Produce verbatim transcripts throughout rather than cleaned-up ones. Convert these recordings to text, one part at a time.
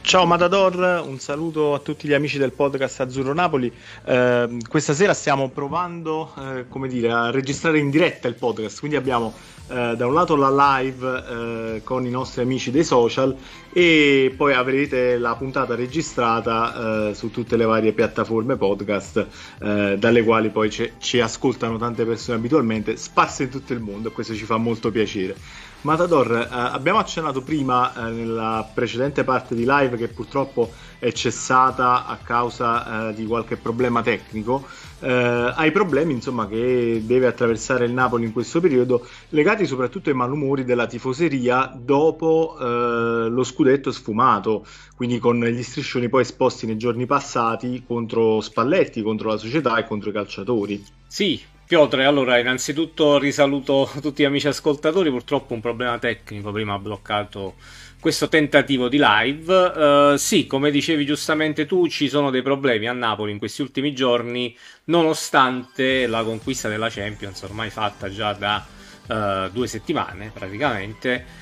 Ciao Matador, un saluto a tutti gli amici del podcast Azzurro Napoli. Eh, questa sera stiamo provando, eh, come dire, a registrare in diretta il podcast, quindi abbiamo eh, da un lato la live eh, con i nostri amici dei social e poi avrete la puntata registrata eh, su tutte le varie piattaforme podcast eh, dalle quali poi ci, ci ascoltano tante persone abitualmente, sparse in tutto il mondo, e questo ci fa molto piacere. Matador, eh, abbiamo accennato prima eh, nella precedente parte di live che purtroppo è cessata a causa eh, di qualche problema tecnico, eh, ai problemi insomma che deve attraversare il Napoli in questo periodo, legati soprattutto ai malumori della tifoseria dopo eh, lo scudetto sfumato, quindi con gli striscioni poi esposti nei giorni passati contro Spalletti, contro la società e contro i calciatori. Sì, Piotre, allora innanzitutto risaluto tutti gli amici ascoltatori, purtroppo un problema tecnico prima ha bloccato questo tentativo di live. Uh, sì, come dicevi giustamente tu, ci sono dei problemi a Napoli in questi ultimi giorni, nonostante la conquista della Champions ormai fatta già da uh, due settimane praticamente.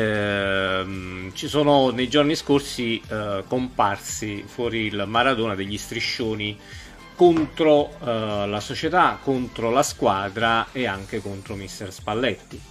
Uh, ci sono nei giorni scorsi uh, comparsi fuori il Maradona degli striscioni contro uh, la società, contro la squadra e anche contro mister Spalletti.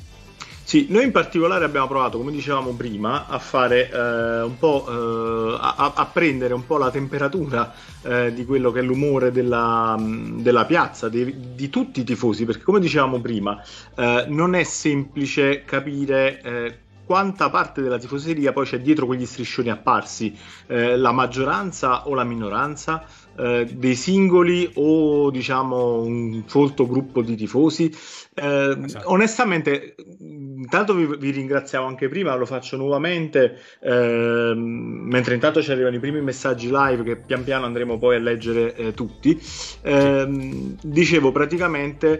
Sì, noi in particolare abbiamo provato, come dicevamo prima, a fare eh, un po' eh, a, a prendere un po' la temperatura eh, di quello che è l'umore della, della piazza, di, di tutti i tifosi, perché come dicevamo prima eh, non è semplice capire eh, quanta parte della tifoseria poi c'è dietro quegli striscioni apparsi, eh, la maggioranza o la minoranza, eh, dei singoli o diciamo un folto gruppo di tifosi. Eh, Esatto. Onestamente, intanto vi, vi ringraziamo anche prima, lo faccio nuovamente, eh, mentre intanto ci arrivano i primi messaggi live che pian piano andremo poi a leggere eh, tutti. Eh, dicevo praticamente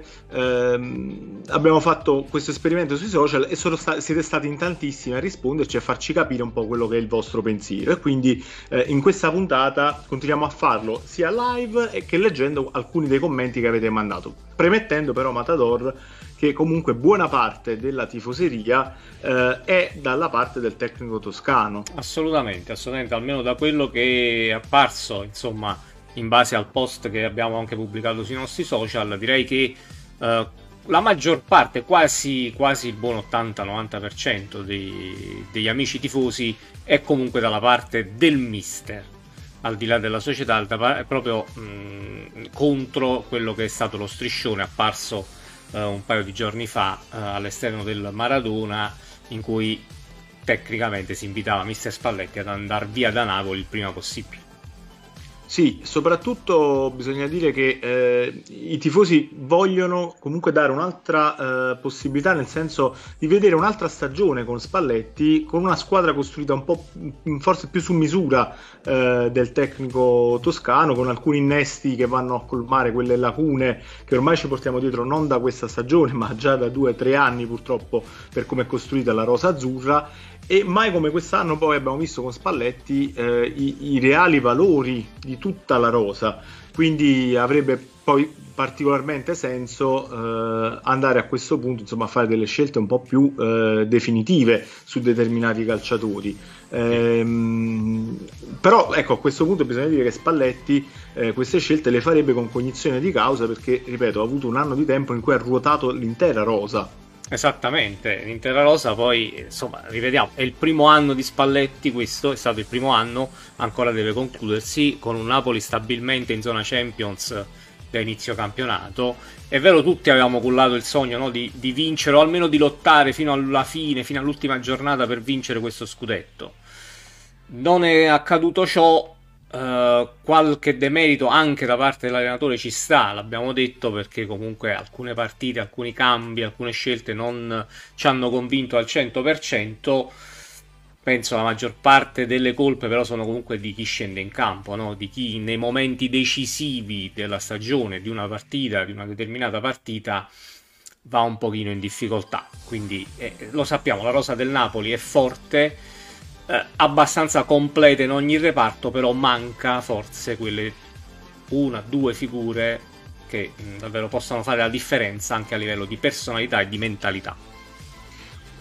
ehm, abbiamo fatto questo esperimento sui social e sono sta- siete stati in tantissimi a risponderci e a farci capire un po' quello che è il vostro pensiero, e quindi eh, in questa puntata continuiamo a farlo sia live e che leggendo alcuni dei commenti che avete mandato, premettendo però, Matador, che comunque buona parte della tifoseria eh, è dalla parte del tecnico toscano. Assolutamente, assolutamente, almeno da quello che è apparso, insomma, in base al post che abbiamo anche pubblicato sui nostri social, direi che eh, la maggior parte, quasi, quasi il buon ottanta novanta per cento dei, degli amici tifosi è comunque dalla parte del mister, al di là della società, è proprio mh, contro quello che è stato lo striscione apparso uh, un paio di giorni fa uh, all'esterno del Maradona, in cui tecnicamente si invitava mister Spalletti ad andare via da Napoli il prima possibile. Sì, soprattutto bisogna dire che eh, i tifosi vogliono comunque dare un'altra eh, possibilità, nel senso di vedere un'altra stagione con Spalletti, con una squadra costruita un po' forse più su misura eh, del tecnico toscano, con alcuni innesti che vanno a colmare quelle lacune che ormai ci portiamo dietro non da questa stagione, ma già da due o tre anni purtroppo, per come è costruita la rosa azzurra. E mai come quest'anno poi abbiamo visto con Spalletti eh, i, i reali valori di tutta la rosa, quindi avrebbe poi particolarmente senso eh, andare a questo punto insomma a fare delle scelte un po' più eh, definitive su determinati calciatori. Ehm, però ecco, a questo punto bisogna dire che Spalletti eh, queste scelte le farebbe con cognizione di causa, perché ripeto, ha avuto un anno di tempo in cui ha ruotato l'intera rosa. Esattamente, l'intera rosa. Poi insomma, rivediamo, è il primo anno di Spalletti, questo è stato il primo anno, ancora deve concludersi con un Napoli stabilmente in zona Champions da inizio campionato. È vero, tutti avevamo cullato il sogno, no, di, di vincere o almeno di lottare fino alla fine, fino all'ultima giornata per vincere questo scudetto. Non è accaduto ciò. Uh, qualche demerito anche da parte dell'allenatore ci sta, l'abbiamo detto, perché comunque alcune partite, alcuni cambi, alcune scelte non ci hanno convinto al cento per cento. Penso la maggior parte delle colpe però sono comunque di chi scende in campo, no? Di chi nei momenti decisivi della stagione, di una partita, di una determinata partita, va un pochino in difficoltà. Quindi eh, lo sappiamo, la rosa del Napoli è forte, Eh, abbastanza completa in ogni reparto, però manca forse quelle una, due figure che mh, davvero possano fare la differenza anche a livello di personalità e di mentalità.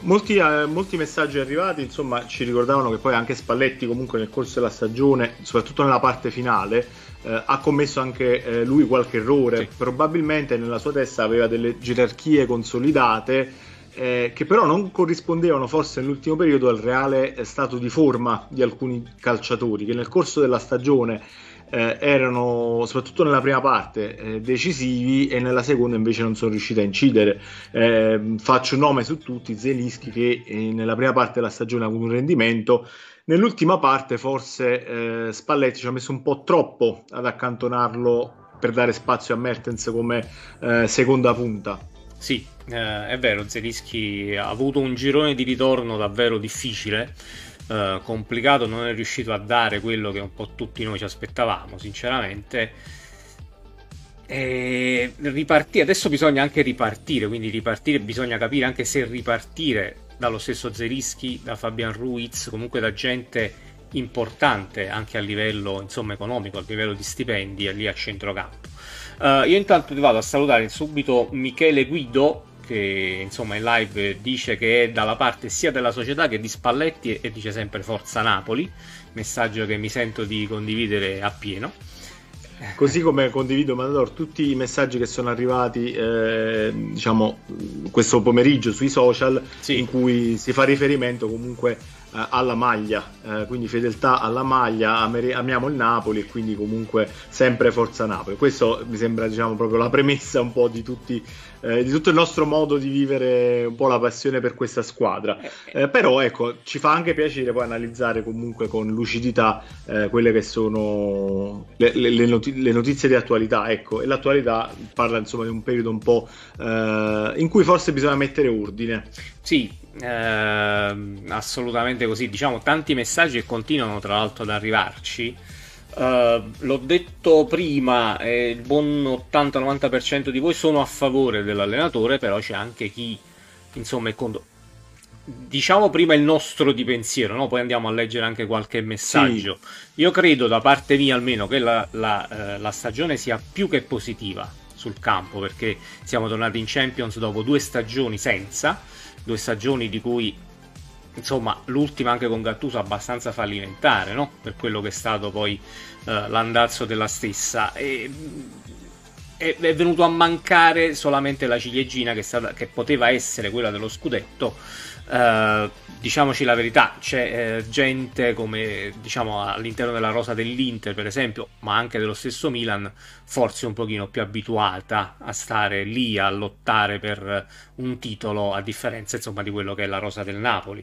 Molti, eh, molti messaggi arrivati, insomma, ci ricordavano che poi anche Spalletti comunque nel corso della stagione, soprattutto nella parte finale, eh, ha commesso anche eh, lui qualche errore. Sì. Probabilmente nella sua testa aveva delle gerarchie consolidate, eh, che però non corrispondevano forse nell'ultimo periodo al reale stato di forma di alcuni calciatori che nel corso della stagione Eh, erano, soprattutto nella prima parte, eh, decisivi, e nella seconda invece non sono riusciti a incidere. Eh, faccio un nome su tutti: Zelinski, che eh, nella prima parte della stagione ha avuto un rendimento, nell'ultima parte forse eh, Spalletti ci ha messo un po' troppo ad accantonarlo per dare spazio a Mertens come eh, seconda punta. Sì, eh, è vero, Zelinski ha avuto un girone di ritorno davvero difficile, Uh, complicato, non è riuscito a dare quello che un po' tutti noi ci aspettavamo, sinceramente. E ripartire, adesso bisogna anche ripartire, quindi ripartire, bisogna capire anche se ripartire dallo stesso Zelinski, da Fabian Ruiz, comunque da gente importante anche a livello, insomma, economico, a livello di stipendi lì a centrocampo. Uh, io intanto ti vado a salutare subito Michele Guido, che insomma in live dice che è dalla parte sia della società che di Spalletti e dice sempre Forza Napoli, messaggio che mi sento di condividere appieno. Così come condivido, Matador, tutti i messaggi che sono arrivati eh, diciamo questo pomeriggio sui social, sì, in cui si fa riferimento comunque eh, alla maglia, eh, quindi fedeltà alla maglia, am- amiamo il Napoli e quindi comunque sempre Forza Napoli. Questo mi sembra, diciamo, proprio la premessa un po' di tutti, eh, di tutto il nostro modo di vivere un po' la passione per questa squadra. Eh, però ecco, ci fa anche piacere poi analizzare comunque con lucidità eh, quelle che sono le, le, le notizie le notizie di attualità, ecco, e l'attualità parla insomma di un periodo un po' eh, in cui forse bisogna mettere ordine. Sì, eh, assolutamente così, diciamo tanti messaggi che continuano tra l'altro ad arrivarci. Uh, l'ho detto prima, eh, il buon ottanta novanta per cento di voi sono a favore dell'allenatore, però c'è anche chi insomma è contro. Diciamo prima il nostro di pensiero, no? Poi andiamo a leggere anche qualche messaggio. Sì. Io credo, da parte mia almeno, che la, la, eh, la stagione sia più che positiva sul campo, perché siamo tornati in Champions dopo due stagioni senza, due stagioni di cui insomma l'ultima anche con Gattuso abbastanza fallimentare, no? Per quello che è stato poi eh, l'andazzo della stessa. E è, è venuto a mancare solamente la ciliegina che, è stata, che poteva essere quella dello scudetto. Uh, diciamoci la verità, c'è uh, gente come, diciamo, all'interno della rosa dell'Inter per esempio, ma anche dello stesso Milan, forse un pochino più abituata a stare lì a lottare per un titolo, a differenza insomma di quello che è la rosa del Napoli.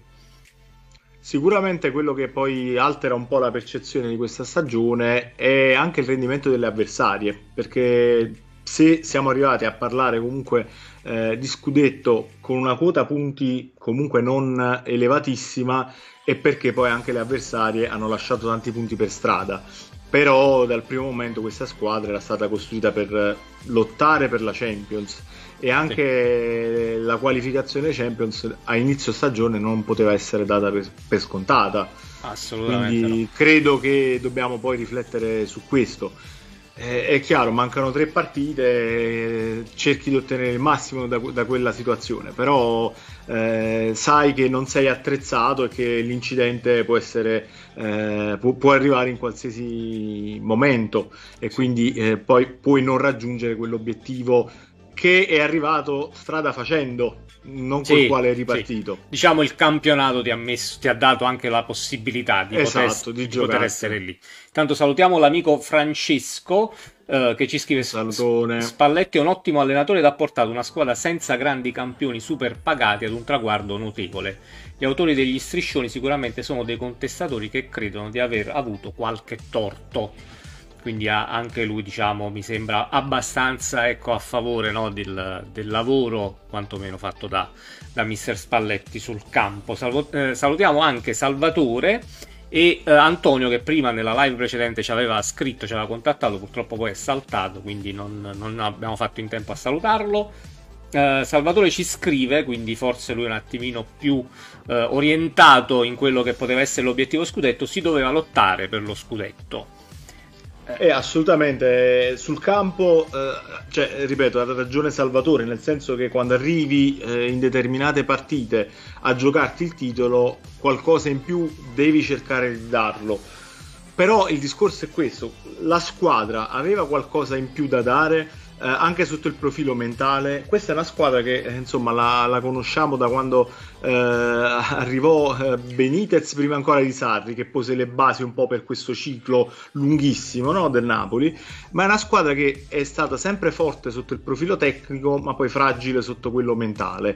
Sicuramente quello che poi altera un po' la percezione di questa stagione è anche il rendimento delle avversarie, perché se siamo arrivati a parlare comunque eh, di scudetto con una quota punti comunque non elevatissima, è perché poi anche le avversarie hanno lasciato tanti punti per strada. Però dal primo momento questa squadra era stata costruita per lottare per la Champions, e anche sì, la qualificazione Champions a inizio stagione non poteva essere data per, per scontata. Assolutamente. Quindi no. Credo che dobbiamo poi riflettere su questo. Eh, è chiaro, mancano tre partite, eh, cerchi di ottenere il massimo da, da quella situazione, però eh, sai che non sei attrezzato e che l'incidente può essere eh, può, può arrivare in qualsiasi momento, e quindi eh, poi puoi non raggiungere quell'obiettivo che è arrivato strada facendo, non col sì, quale è ripartito. Sì. Diciamo il campionato ti ha, messo, ti ha dato anche la possibilità di, esatto, poter, di, di poter essere lì. Tanto salutiamo l'amico Francesco eh, che ci scrive: Salutone. Spalletti è un ottimo allenatore ed ha portato una squadra senza grandi campioni super pagati ad un traguardo notevole. Gli autori degli striscioni sicuramente sono dei contestatori che credono di aver avuto qualche torto. Quindi anche lui, diciamo, mi sembra abbastanza, ecco, a favore, no, del, del lavoro quantomeno fatto da, da mister Spalletti sul campo. Salvo, eh, salutiamo anche Salvatore e eh, Antonio, che prima nella live precedente ci aveva scritto, ci aveva contattato, purtroppo poi è saltato, quindi non, non abbiamo fatto in tempo a salutarlo. Uh, Salvatore ci scrive, quindi forse lui è un attimino più uh, orientato in quello che poteva essere l'obiettivo scudetto: si doveva lottare per lo scudetto. Eh, assolutamente, sul campo, eh, cioè, ripeto, ha ragione Salvatore, nel senso che quando arrivi eh, in determinate partite a giocarti il titolo, qualcosa in più devi cercare di darlo. Però il discorso è questo: la squadra aveva qualcosa in più da dare, eh, anche sotto il profilo mentale. Questa è una squadra che eh, insomma la, la conosciamo da quando eh, arrivò eh, Benitez, prima ancora di Sarri, che pose le basi un po' per questo ciclo lunghissimo, no, del Napoli. Ma è una squadra che è stata sempre forte sotto il profilo tecnico, ma poi fragile sotto quello mentale.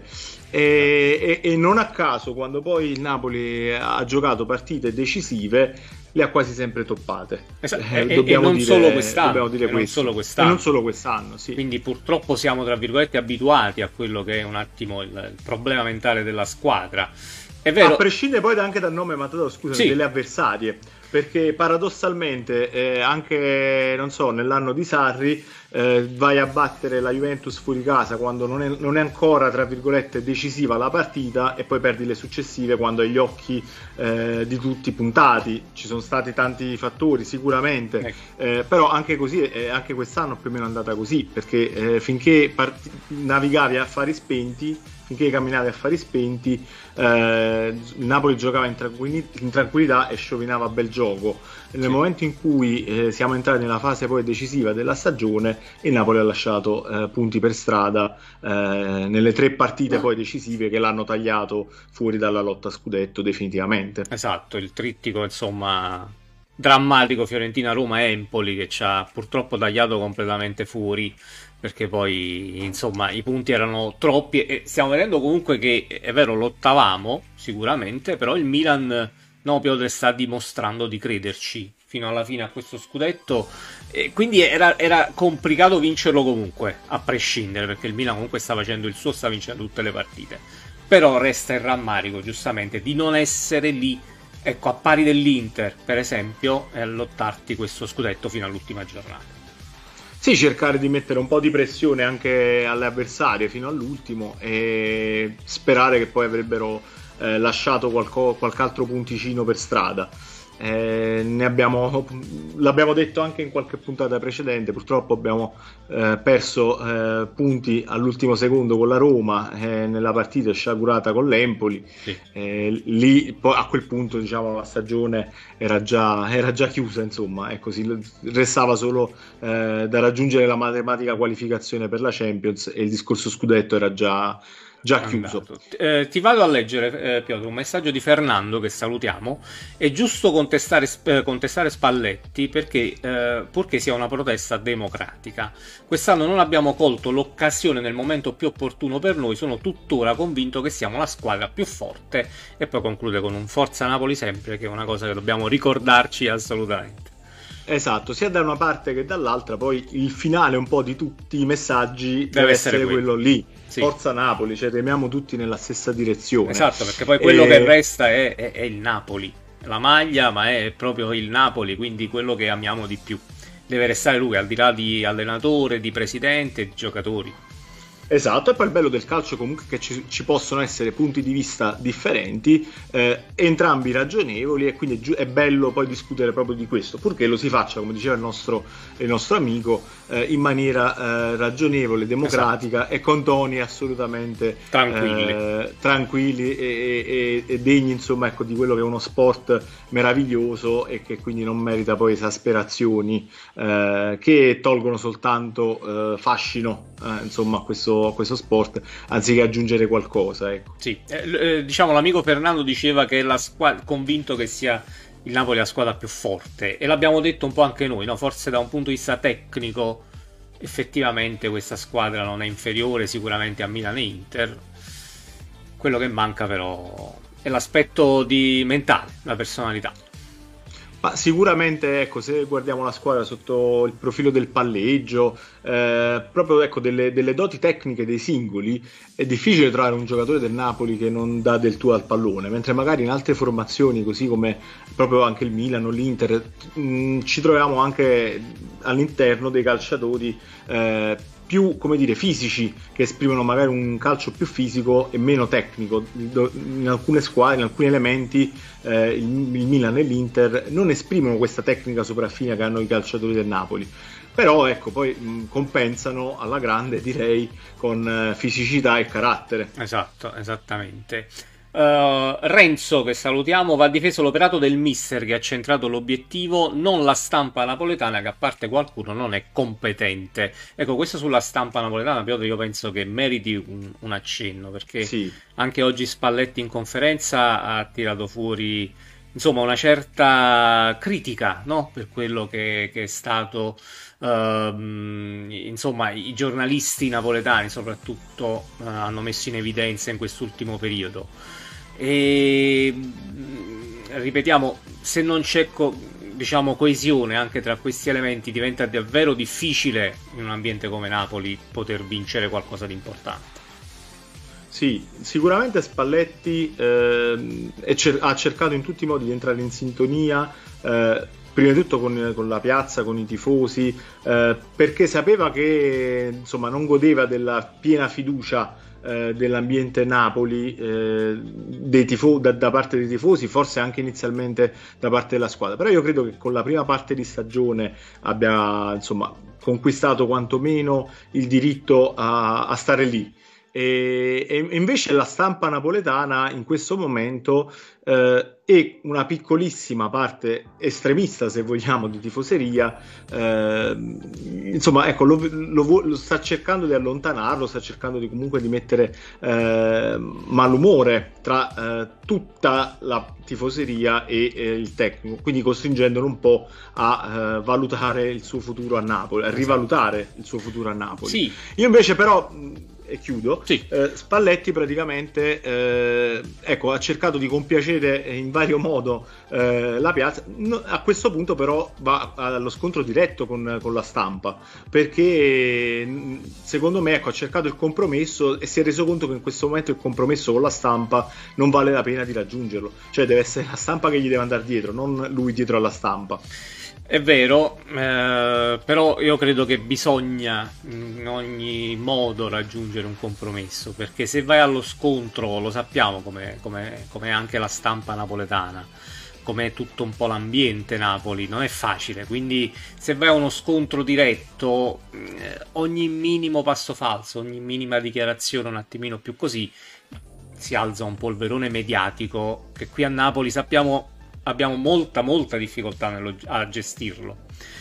E, e, e non a caso, quando poi il Napoli ha giocato partite decisive, le ha quasi sempre toppate. Esatto. Eh, e, e non dire, solo quest'anno, dire e non solo quest'anno. E non solo quest'anno, sì. Quindi purtroppo siamo, tra virgolette, abituati a quello che è un attimo il, il problema mentale della squadra. È vero. A prescindere poi anche dal nome, Matteo, scusa, sì, delle avversarie, perché paradossalmente eh, anche, non so, nell'anno di Sarri eh, vai a battere la Juventus fuori casa quando non è, non è ancora, tra virgolette, decisiva la partita, e poi perdi le successive quando hai gli occhi eh, di tutti puntati. Ci sono stati tanti fattori sicuramente, ecco. eh, però anche così, eh, anche quest'anno più o meno è andata così, perché eh, finché part- navigavi a affari spenti, finché camminavi a affari spenti, eh, il Napoli giocava in, tranquilli- in tranquillità e sciovinava bel gioco. Nel sì. momento in cui eh, siamo entrati nella fase poi decisiva della stagione, il Napoli ha lasciato eh, punti per strada eh, nelle tre partite poi decisive che l'hanno tagliato fuori dalla lotta a scudetto definitivamente. Esatto, il trittico insomma drammatico Fiorentina, Roma e Empoli, che ci ha purtroppo tagliato completamente fuori, perché poi insomma i punti erano troppi, e stiamo vedendo comunque che è vero, lottavamo sicuramente, però il Milan, no, Piotr, sta dimostrando di crederci fino alla fine a questo scudetto, e quindi era, era complicato vincerlo comunque, a prescindere, perché il Milan comunque sta facendo il suo, sta vincendo tutte le partite. Però resta il rammarico, giustamente, di non essere lì, ecco, a pari dell'Inter per esempio, e a lottarti questo scudetto fino all'ultima giornata. Sì, cercare di mettere un po' di pressione anche alle avversarie fino all'ultimo, e sperare che poi avrebbero eh, lasciato qualco, qualche altro punticino per strada. Eh, ne abbiamo, l'abbiamo detto anche in qualche puntata precedente, purtroppo abbiamo eh, perso eh, punti all'ultimo secondo con la Roma eh, nella partita sciagurata con l'Empoli, sì. eh, lì poi a quel punto diciamo la stagione era già, era già chiusa, insomma, ecco, si, restava solo eh, da raggiungere la matematica qualificazione per la Champions, e il discorso scudetto era già già chiuso. Eh, ti vado a leggere, eh, Piotr, un messaggio di Fernando, che salutiamo. È giusto contestare, eh, contestare Spalletti, perché eh, purché sia una protesta democratica. Quest'anno non abbiamo colto l'occasione nel momento più opportuno per noi, sono tuttora convinto che siamo la squadra più forte. E poi conclude con un Forza Napoli sempre, che è una cosa che dobbiamo ricordarci assolutamente. Esatto, sia da una parte che dall'altra, poi il finale un po' di tutti i messaggi deve, deve essere, essere quello, quello lì, sì. Forza Napoli, cioè remiamo tutti nella stessa direzione. Esatto, perché poi quello e... che resta è, è, è il Napoli, la maglia, ma è proprio il Napoli, quindi quello che amiamo di più. Deve restare lui, al di là di allenatore, di presidente, di giocatori. Esatto, e poi il bello del calcio comunque è che ci, ci possono essere punti di vista differenti, eh, entrambi ragionevoli, e quindi è, giu- è bello poi discutere proprio di questo, purché lo si faccia, come diceva il nostro, il nostro amico, eh, in maniera eh, ragionevole, democratica, esatto. E con toni assolutamente tranquilli, eh, tranquilli e, e, e degni, insomma, ecco, di quello che è uno sport meraviglioso, e che quindi non merita poi esasperazioni eh, che tolgono soltanto eh, fascino eh, insomma a questo a questo sport, anziché aggiungere qualcosa, ecco. Sì, eh, diciamo l'amico Fernando diceva che è la squadra, convinto che sia il Napoli la squadra più forte, e l'abbiamo detto un po' anche noi, no? Forse da un punto di vista tecnico effettivamente questa squadra non è inferiore sicuramente a Milan e Inter. Quello che manca però è l'aspetto di mentale, la personalità. Ma sicuramente, ecco, se guardiamo la squadra sotto il profilo del palleggio, eh, proprio, ecco, delle, delle doti tecniche dei singoli, è difficile trovare un giocatore del Napoli che non dà del tuo al pallone, mentre magari in altre formazioni, così come proprio anche il Milan o l'Inter, mh, ci troviamo anche all'interno dei calciatori eh, più, come dire, fisici, che esprimono magari un calcio più fisico e meno tecnico. In alcune squadre, in alcuni elementi, eh, il, il Milan e l'Inter non esprimono questa tecnica sopraffina che hanno i calciatori del Napoli. Però ecco, poi mh, compensano alla grande, direi, con eh, fisicità e carattere. Esatto, esattamente. Uh, Renzo, che salutiamo, va difeso l'operato del mister che ha centrato l'obiettivo, non la stampa napoletana che a parte qualcuno non è competente. Ecco, questo sulla stampa napoletana, Piotr, io penso che meriti un, un accenno, perché sì. Anche oggi Spalletti in conferenza ha tirato fuori, insomma, una certa critica, no? Per quello che, che è stato, uh, insomma, i giornalisti napoletani soprattutto uh, hanno messo in evidenza in quest'ultimo periodo. E ripetiamo, se non c'è co- diciamo coesione anche tra questi elementi, diventa davvero difficile in un ambiente come Napoli poter vincere qualcosa di importante. Sì, sicuramente Spalletti eh, cer- ha cercato in tutti i modi di entrare in sintonia, eh, prima di tutto con, con la piazza, con i tifosi, eh, perché sapeva che insomma non godeva della piena fiducia eh, dell'ambiente Napoli, eh, dei tifo- da, da parte dei tifosi, forse anche inizialmente da parte della squadra. Però io credo che con la prima parte di stagione abbia insomma conquistato quantomeno il diritto a, a stare lì. E, e invece la stampa napoletana in questo momento eh, è una piccolissima parte estremista, se vogliamo, di tifoseria, eh, insomma, ecco, lo, lo, lo sta cercando di allontanarlo, sta cercando di comunque di mettere eh, malumore tra eh, tutta la tifoseria e eh, il tecnico, quindi costringendolo un po' a eh, valutare il suo futuro a Napoli, a rivalutare il suo futuro a Napoli. Sì. Io invece però e chiudo, sì. eh, Spalletti praticamente eh, ecco, ha cercato di compiacere in vario modo eh, la piazza. No, a questo punto però va allo scontro diretto con, con la stampa, perché secondo me ecco, ha cercato il compromesso e si è reso conto che in questo momento il compromesso con la stampa non vale la pena di raggiungerlo, cioè deve essere la stampa che gli deve andare dietro, non lui dietro alla stampa. È vero, eh, però io credo che bisogna in ogni modo raggiungere un compromesso, perché se vai allo scontro, lo sappiamo come, come, come anche la stampa napoletana, come è tutto un po' l'ambiente Napoli, non è facile, quindi se vai a uno scontro diretto, eh, ogni minimo passo falso, ogni minima dichiarazione un attimino più così, si alza un polverone mediatico che qui a Napoli sappiamo abbiamo molta molta difficoltà nello, a gestirlo.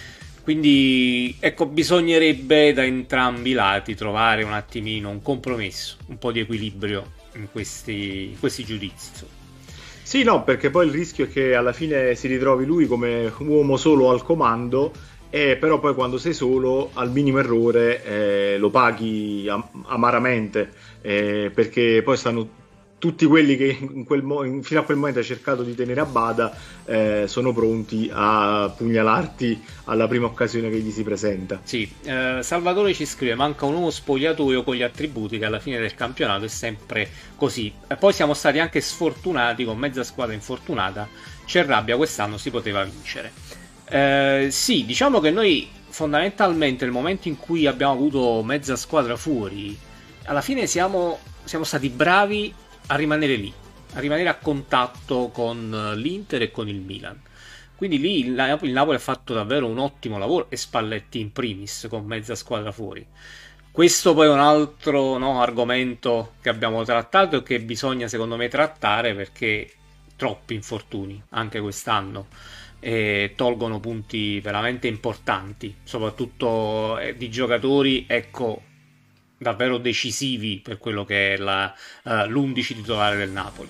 Quindi ecco, bisognerebbe da entrambi i lati trovare un attimino un compromesso, un po' di equilibrio in questi, in questi giudizi. Sì, no, perché poi il rischio è che alla fine si ritrovi lui come uomo solo al comando, e però poi quando sei solo al minimo errore eh, lo paghi am- amaramente, eh, perché poi stanno tutti quelli che in quel mo- in, fino a quel momento hai cercato di tenere a bada, eh, sono pronti a pugnalarti alla prima occasione che gli si presenta. Sì, eh, Salvatore ci scrive: manca un nuovo spogliatoio con gli attributi che alla fine del campionato è sempre così. E poi siamo stati anche sfortunati con mezza squadra infortunata. C'è rabbia, quest'anno si poteva vincere. Eh, sì, diciamo che noi fondamentalmente nel momento in cui abbiamo avuto mezza squadra fuori, alla fine siamo, siamo stati bravi a rimanere lì, a rimanere a contatto con l'Inter e con il Milan. Quindi lì il Napoli, il Napoli ha fatto davvero un ottimo lavoro, e Spalletti in primis, con mezza squadra fuori. Questo poi è un altro no, argomento che abbiamo trattato e che bisogna secondo me trattare, perché troppi infortuni anche quest'anno e tolgono punti veramente importanti, soprattutto eh, di giocatori, ecco, davvero decisivi per quello che è la, uh, l'undici titolare del Napoli.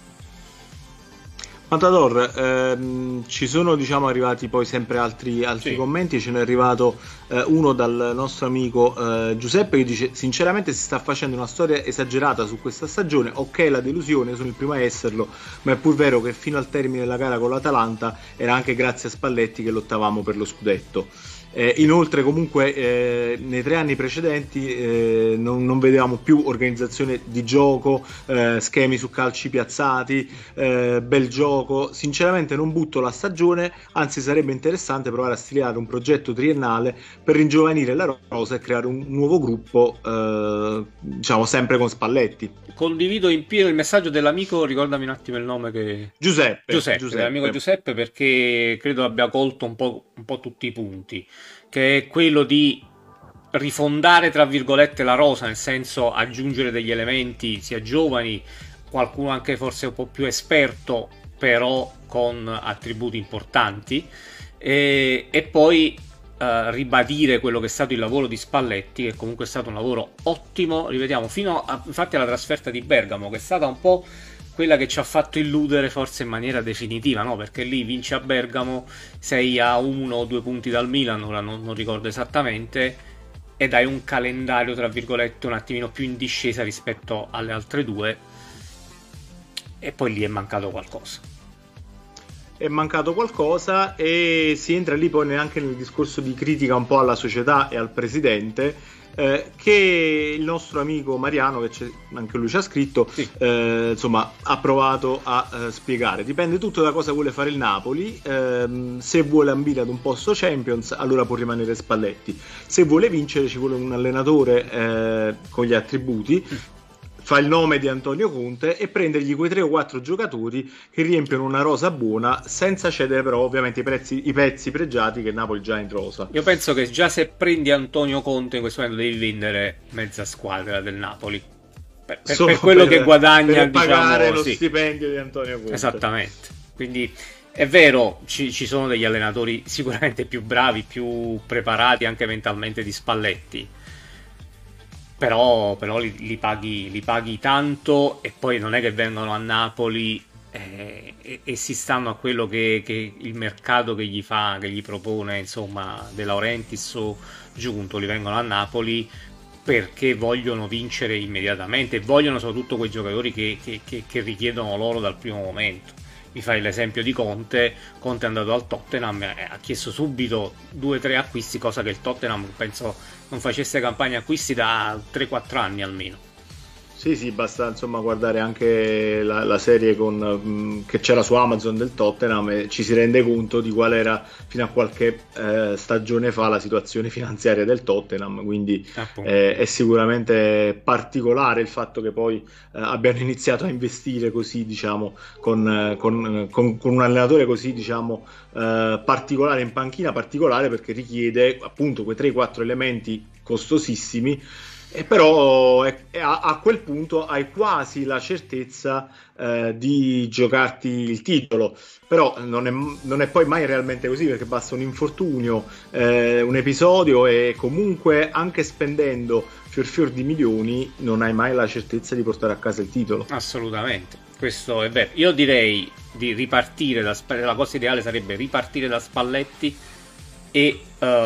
Matador, ehm, ci sono diciamo arrivati poi sempre altri, altri sì. commenti. Ce n'è arrivato eh, uno dal nostro amico eh, Giuseppe, che dice: sinceramente si sta facendo una storia esagerata su questa stagione, ok la delusione, sono il primo a esserlo, ma è pur vero che fino al termine della gara con l'Atalanta era anche grazie a Spalletti che lottavamo per lo scudetto. Eh, inoltre comunque eh, nei tre anni precedenti eh, non, non vedevamo più organizzazione di gioco, eh, schemi su calci piazzati, eh, bel gioco. Sinceramente non butto la stagione, anzi sarebbe interessante provare a stilare un progetto triennale per ringiovanire la rosa e creare un nuovo gruppo, eh, diciamo sempre con Spalletti. Condivido in pieno il messaggio dell'amico, ricordami un attimo il nome che... Giuseppe, Giuseppe, Giuseppe. dell'amico Giuseppe, perché credo abbia colto un po', un po' tutti i punti, che è quello di rifondare tra virgolette la rosa, nel senso aggiungere degli elementi sia giovani, qualcuno anche forse un po' più esperto, però con attributi importanti, e, e poi Uh, ribadire quello che è stato il lavoro di Spalletti, che comunque è stato un lavoro ottimo, rivediamo, fino a, infatti alla trasferta di Bergamo, che è stata un po' quella che ci ha fatto illudere forse in maniera definitiva, no? Perché lì vince a Bergamo, sei a uno o due punti dal Milan, ora non, non ricordo esattamente, ed hai un calendario tra virgolette un attimino più in discesa rispetto alle altre due, e poi lì è mancato qualcosa. È mancato qualcosa e si entra lì poi anche nel discorso di critica un po' alla società e al presidente, eh, che il nostro amico Mariano, che anche lui ci ha scritto, sì. eh, insomma ha provato a eh, spiegare. Dipende tutto da cosa vuole fare il Napoli. Eh, se vuole ambire ad un posto Champions, allora può rimanere Spalletti. Se vuole vincere ci vuole un allenatore eh, con gli attributi. Fa il nome di Antonio Conte e prendergli quei tre o quattro giocatori che riempiono una rosa buona, senza cedere però ovviamente i, prezzi, i pezzi pregiati che Napoli già ha in rosa. Io penso che già se prendi Antonio Conte in questo momento devi vendere mezza squadra del Napoli per, per, per quello per, che guadagna, per diciamo, pagare lo sì. stipendio di Antonio Conte. Esattamente. Quindi è vero, ci, ci sono degli allenatori sicuramente più bravi, più preparati anche mentalmente di Spalletti. Però, però li, li, paghi, li paghi tanto, e poi non è che vengono a Napoli eh, e, e si stanno a quello che, che il mercato che gli fa, che gli propone, insomma, De Laurentiis o Giunto, li vengono a Napoli perché vogliono vincere immediatamente, e vogliono soprattutto quei giocatori che, che, che, che richiedono loro dal primo momento. Mi fai l'esempio di Conte. Conte è andato al Tottenham e ha chiesto subito due o tre acquisti, cosa che il Tottenham penso non facesse campagna acquisti da tre quattro anni almeno. Sì, sì, basta insomma guardare anche la, la serie con, mh, che c'era su Amazon del Tottenham, e ci si rende conto di qual era fino a qualche eh, stagione fa la situazione finanziaria del Tottenham, quindi eh, è sicuramente particolare il fatto che poi eh, abbiano iniziato a investire così, diciamo, con, con, con, con un allenatore così, diciamo, eh, particolare in panchina, particolare perché richiede appunto quei tre quattro elementi costosissimi. E però è, è a, a quel punto hai quasi la certezza eh, di giocarti il titolo, però non è, non è poi mai realmente così, perché basta un infortunio, eh, un episodio, e comunque anche spendendo fior fior di milioni non hai mai la certezza di portare a casa il titolo. Assolutamente, questo è vero. Io direi di ripartire da, la cosa ideale sarebbe ripartire da Spalletti e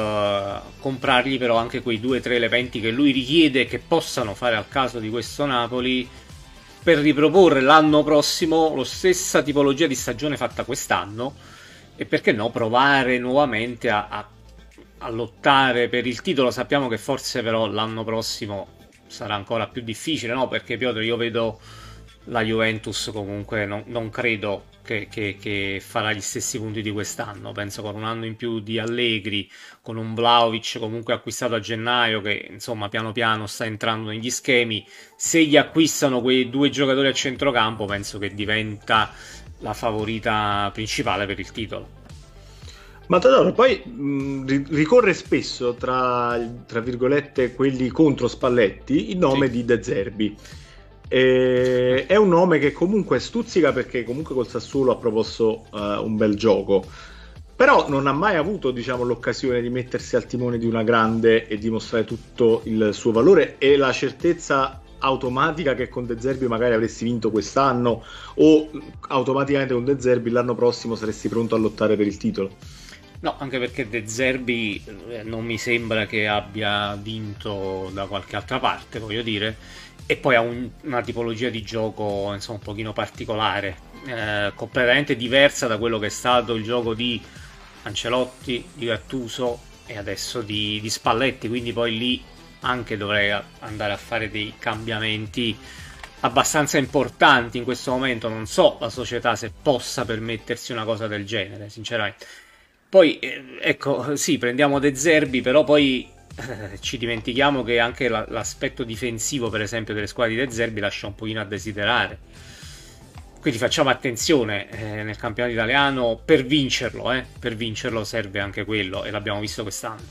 uh, comprargli però anche quei due o tre elementi che lui richiede, che possano fare al caso di questo Napoli, per riproporre l'anno prossimo la stessa tipologia di stagione fatta quest'anno, e perché no provare nuovamente a, a, a lottare per il titolo. Sappiamo che forse però l'anno prossimo sarà ancora più difficile, no? Perché Piotr, io vedo la Juventus comunque non, non credo che, che, che farà gli stessi punti di quest'anno. Penso con un anno in più di Allegri, con un Vlahovic comunque acquistato a gennaio, che insomma piano piano sta entrando negli schemi. Se gli acquistano quei due giocatori a centrocampo, penso che diventa la favorita principale per il titolo. Ma Tadoro, poi mh, ricorre spesso tra, tra virgolette quelli contro Spalletti il nome sì. di De Zerbi. E è un nome che comunque stuzzica, perché comunque col Sassuolo ha proposto uh, un bel gioco, però non ha mai avuto, diciamo, l'occasione di mettersi al timone di una grande e dimostrare tutto il suo valore e la certezza automatica che con De Zerbi magari avresti vinto quest'anno, o automaticamente con De Zerbi l'anno prossimo saresti pronto a lottare per il titolo. No, anche perché De Zerbi non mi sembra che abbia vinto da qualche altra parte, voglio dire, e poi ha un, una tipologia di gioco insomma un pochino particolare, eh, completamente diversa da quello che è stato il gioco di Ancelotti, di Gattuso e adesso di, di Spalletti, quindi poi lì anche dovrei andare a fare dei cambiamenti abbastanza importanti in questo momento. Non so la società se possa permettersi una cosa del genere, sinceramente. Poi eh, ecco, sì, prendiamo De Zerbi, però poi eh, ci dimentichiamo che anche la, l'aspetto difensivo, per esempio, delle squadre di De Zerbi lascia un pochino a desiderare. Quindi facciamo attenzione eh, nel campionato italiano, per vincerlo, eh, per vincerlo serve anche quello, e l'abbiamo visto quest'anno.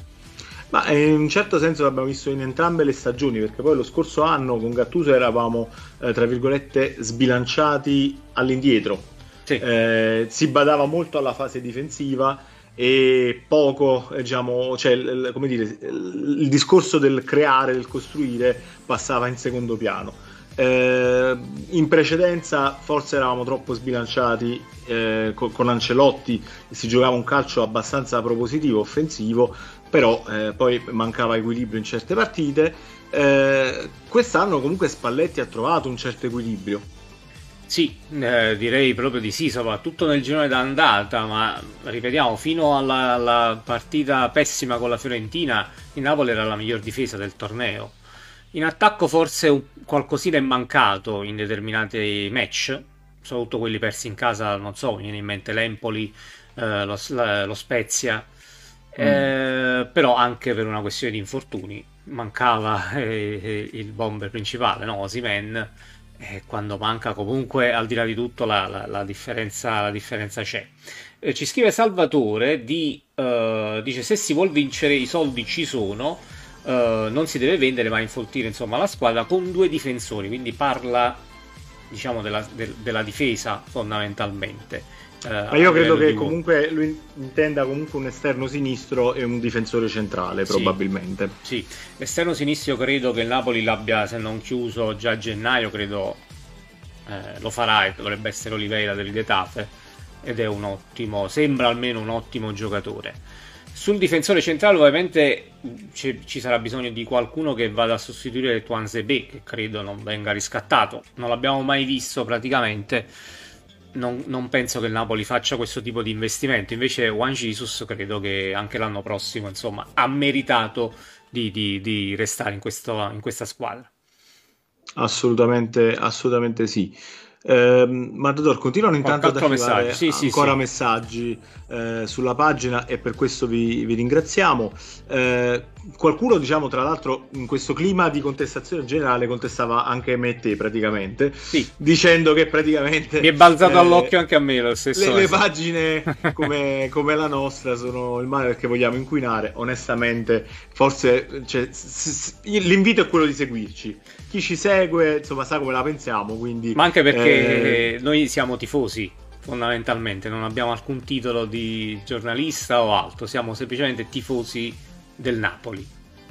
Ma in un certo senso l'abbiamo visto in entrambe le stagioni, perché poi lo scorso anno con Gattuso eravamo eh, tra virgolette sbilanciati all'indietro, sì. eh, si badava molto alla fase difensiva e poco, diciamo, cioè, il, come dire, il, il discorso del creare, del costruire passava in secondo piano. Eh, in precedenza forse eravamo troppo sbilanciati eh, con, con Ancelotti, si giocava un calcio abbastanza propositivo, offensivo, però eh, poi mancava equilibrio in certe partite. Eh, quest'anno comunque Spalletti ha trovato un certo equilibrio. Sì, eh, direi proprio di sì, soprattutto nel girone d'andata, ma ripetiamo, fino alla, alla partita pessima con la Fiorentina, il Napoli era la miglior difesa del torneo. In attacco forse un, qualcosina è mancato in determinati match, soprattutto quelli persi in casa, non so, mi viene in mente l'Empoli, eh, lo, lo Spezia, mm. eh, però anche per una questione di infortuni mancava eh, eh, il bomber principale, no? Osimhen, e quando manca comunque, al di là di tutto, la, la, la, differenza, la differenza c'è. Eh, ci scrive Salvatore, di, uh, dice se si vuol vincere i soldi ci sono, uh, non si deve vendere ma infoltire insomma la squadra con due difensori, quindi parla diciamo della, de, della difesa fondamentalmente. Uh, ma io credo che comunque lui intenda comunque un esterno sinistro e un difensore centrale, probabilmente. Sì, sì. L'esterno sinistro credo che il Napoli l'abbia, se non chiuso già a gennaio, credo eh, lo farà, e dovrebbe essere Oliveira del Getafe, ed è un ottimo, sembra almeno un ottimo giocatore. Sul difensore centrale ovviamente ci, ci sarà bisogno di qualcuno che vada a sostituire Tuanzebe, che credo non venga riscattato, non l'abbiamo mai visto praticamente. Non, non penso che il Napoli faccia questo tipo di investimento. Invece Juan Jesus credo che anche l'anno prossimo insomma ha meritato di, di, di restare in, questo, in questa squadra. Assolutamente, assolutamente sì. Eh, Matador, continuano intanto ad arrivare sì, sì, ancora sì. messaggi eh, sulla pagina, e per questo vi, vi ringraziamo. Eh, qualcuno, diciamo, tra l'altro, in questo clima di contestazione generale contestava anche me e te praticamente, sì. dicendo che praticamente mi è balzato eh, all'occhio anche a me lo stesso. Le, le pagine come, come la nostra sono il male perché vogliamo inquinare. Onestamente, forse cioè, s- s- l'invito è quello di seguirci. Chi ci segue, insomma, sa come la pensiamo, quindi... Ma anche perché eh... noi siamo tifosi, fondamentalmente, non abbiamo alcun titolo di giornalista o altro, siamo semplicemente tifosi del Napoli.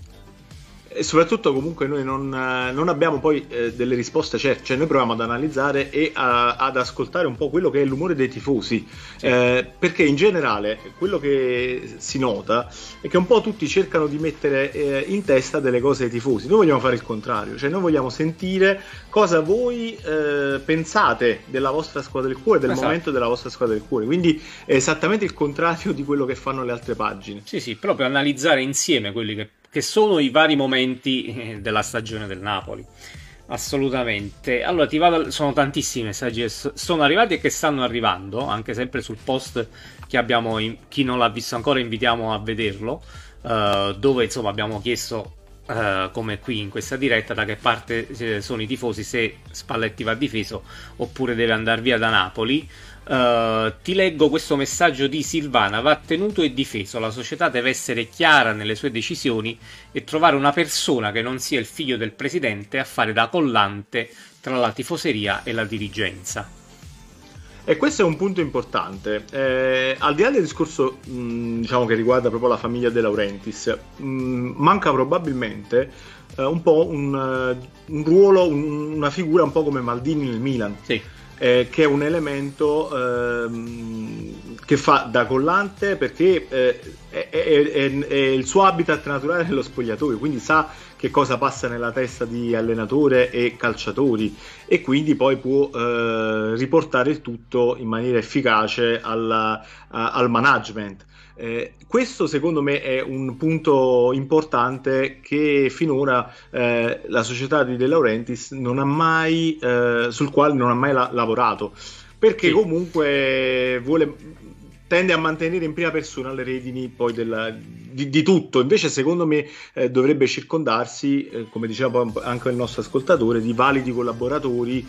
E soprattutto comunque noi non, non abbiamo poi eh, delle risposte certe, cioè noi proviamo ad analizzare e a, ad ascoltare un po' quello che è l'umore dei tifosi, sì. eh, perché in generale quello che si nota è che un po' tutti cercano di mettere eh, in testa delle cose ai tifosi. Noi vogliamo fare il contrario, cioè noi vogliamo sentire cosa voi eh, pensate della vostra squadra del cuore, del esatto. momento della vostra squadra del cuore, quindi è esattamente il contrario di quello che fanno le altre pagine. Sì, sì, proprio analizzare insieme quelli che che sono i vari momenti della stagione del Napoli. Assolutamente. Allora ti vado, sono tantissimi messaggi che sono arrivati e che stanno arrivando, anche sempre sul post che abbiamo, chi non l'ha visto ancora invitiamo a vederlo, uh, dove insomma abbiamo chiesto uh, come qui in questa diretta da che parte sono i tifosi, se Spalletti va difeso oppure deve andare via da Napoli. Uh, ti leggo questo messaggio di Silvana: va tenuto e difeso, la società deve essere chiara nelle sue decisioni e trovare una persona che non sia il figlio del presidente a fare da collante tra la tifoseria e la dirigenza. E questo è un punto importante, eh, al di là del discorso mh, diciamo che riguarda proprio la famiglia De Laurentiis, mh, manca probabilmente uh, un po' un, uh, un ruolo, un, una figura un po' come Maldini nel Milan. Sì. Eh, che è un elemento ehm, che fa da collante, perché eh, è, è, è, è il suo habitat naturale nello spogliatoio, quindi sa che cosa passa nella testa di allenatore e calciatori, e quindi poi può eh, riportare il tutto in maniera efficace alla, a, al management. Eh, questo secondo me è un punto importante che finora eh, la società di De Laurentiis non ha mai, eh, sul quale non ha mai la- lavorato, perché Sì. comunque vuole, tende a mantenere in prima persona le redini poi della- di, di tutto. Invece secondo me eh, dovrebbe circondarsi, eh, come diceva poi anche il nostro ascoltatore, di validi collaboratori,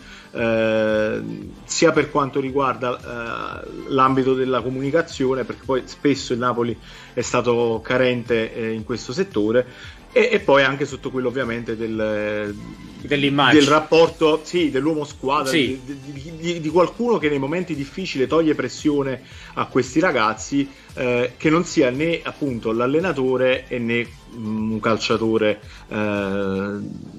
eh, sia per quanto riguarda eh, l'ambito della comunicazione, perché poi spesso il Napoli è stato carente eh, in questo settore, e, e poi anche sotto quello ovviamente del, Dell'immagine. del rapporto, sì, dell'uomo squadra, Sì. di, di- di- di qualcuno che nei momenti difficili toglie pressione a questi ragazzi, eh, che non sia né appunto l'allenatore e né mm, un calciatore eh,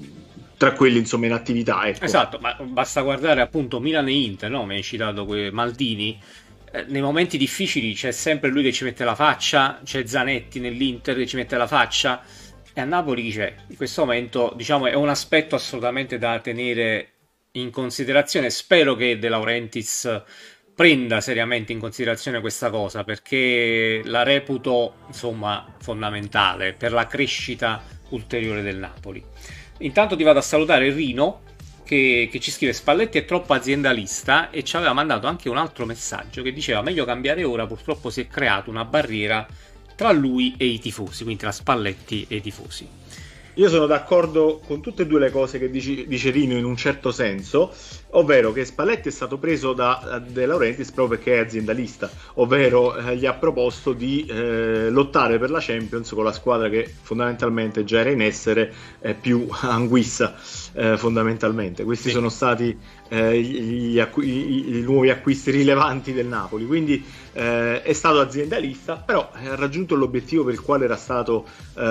tra quelli insomma in attività, ecco. Esatto, ma basta guardare appunto Milan e Inter, no? Mi hai citato que- Maldini. Eh, nei momenti difficili c'è sempre lui che ci mette la faccia, c'è Zanetti nell'Inter che ci mette la faccia, e a Napoli chi c'è? In questo momento, diciamo, è un aspetto assolutamente da tenere in considerazione. Spero che De Laurentiis prenda seriamente in considerazione questa cosa, perché la reputo, insomma, fondamentale per la crescita ulteriore del Napoli. Intanto ti vado a salutare Rino, che, che ci scrive: Spalletti è troppo aziendalista, e ci aveva mandato anche un altro messaggio che diceva: meglio cambiare ora, purtroppo si è creata una barriera tra lui e i tifosi, quindi tra Spalletti e i tifosi. Io sono d'accordo con tutte e due le cose che dici, dice Rino in un certo senso, ovvero che Spalletti è stato preso da De Laurentiis proprio perché è aziendalista, ovvero eh, gli ha proposto di eh, lottare per la Champions con la squadra che fondamentalmente già era in essere, eh, più Anguissa eh, fondamentalmente. Questi Sì. sono stati eh, gli acqu- i, i nuovi acquisti rilevanti del Napoli, quindi eh, è stato aziendalista, però ha raggiunto l'obiettivo per il quale era stato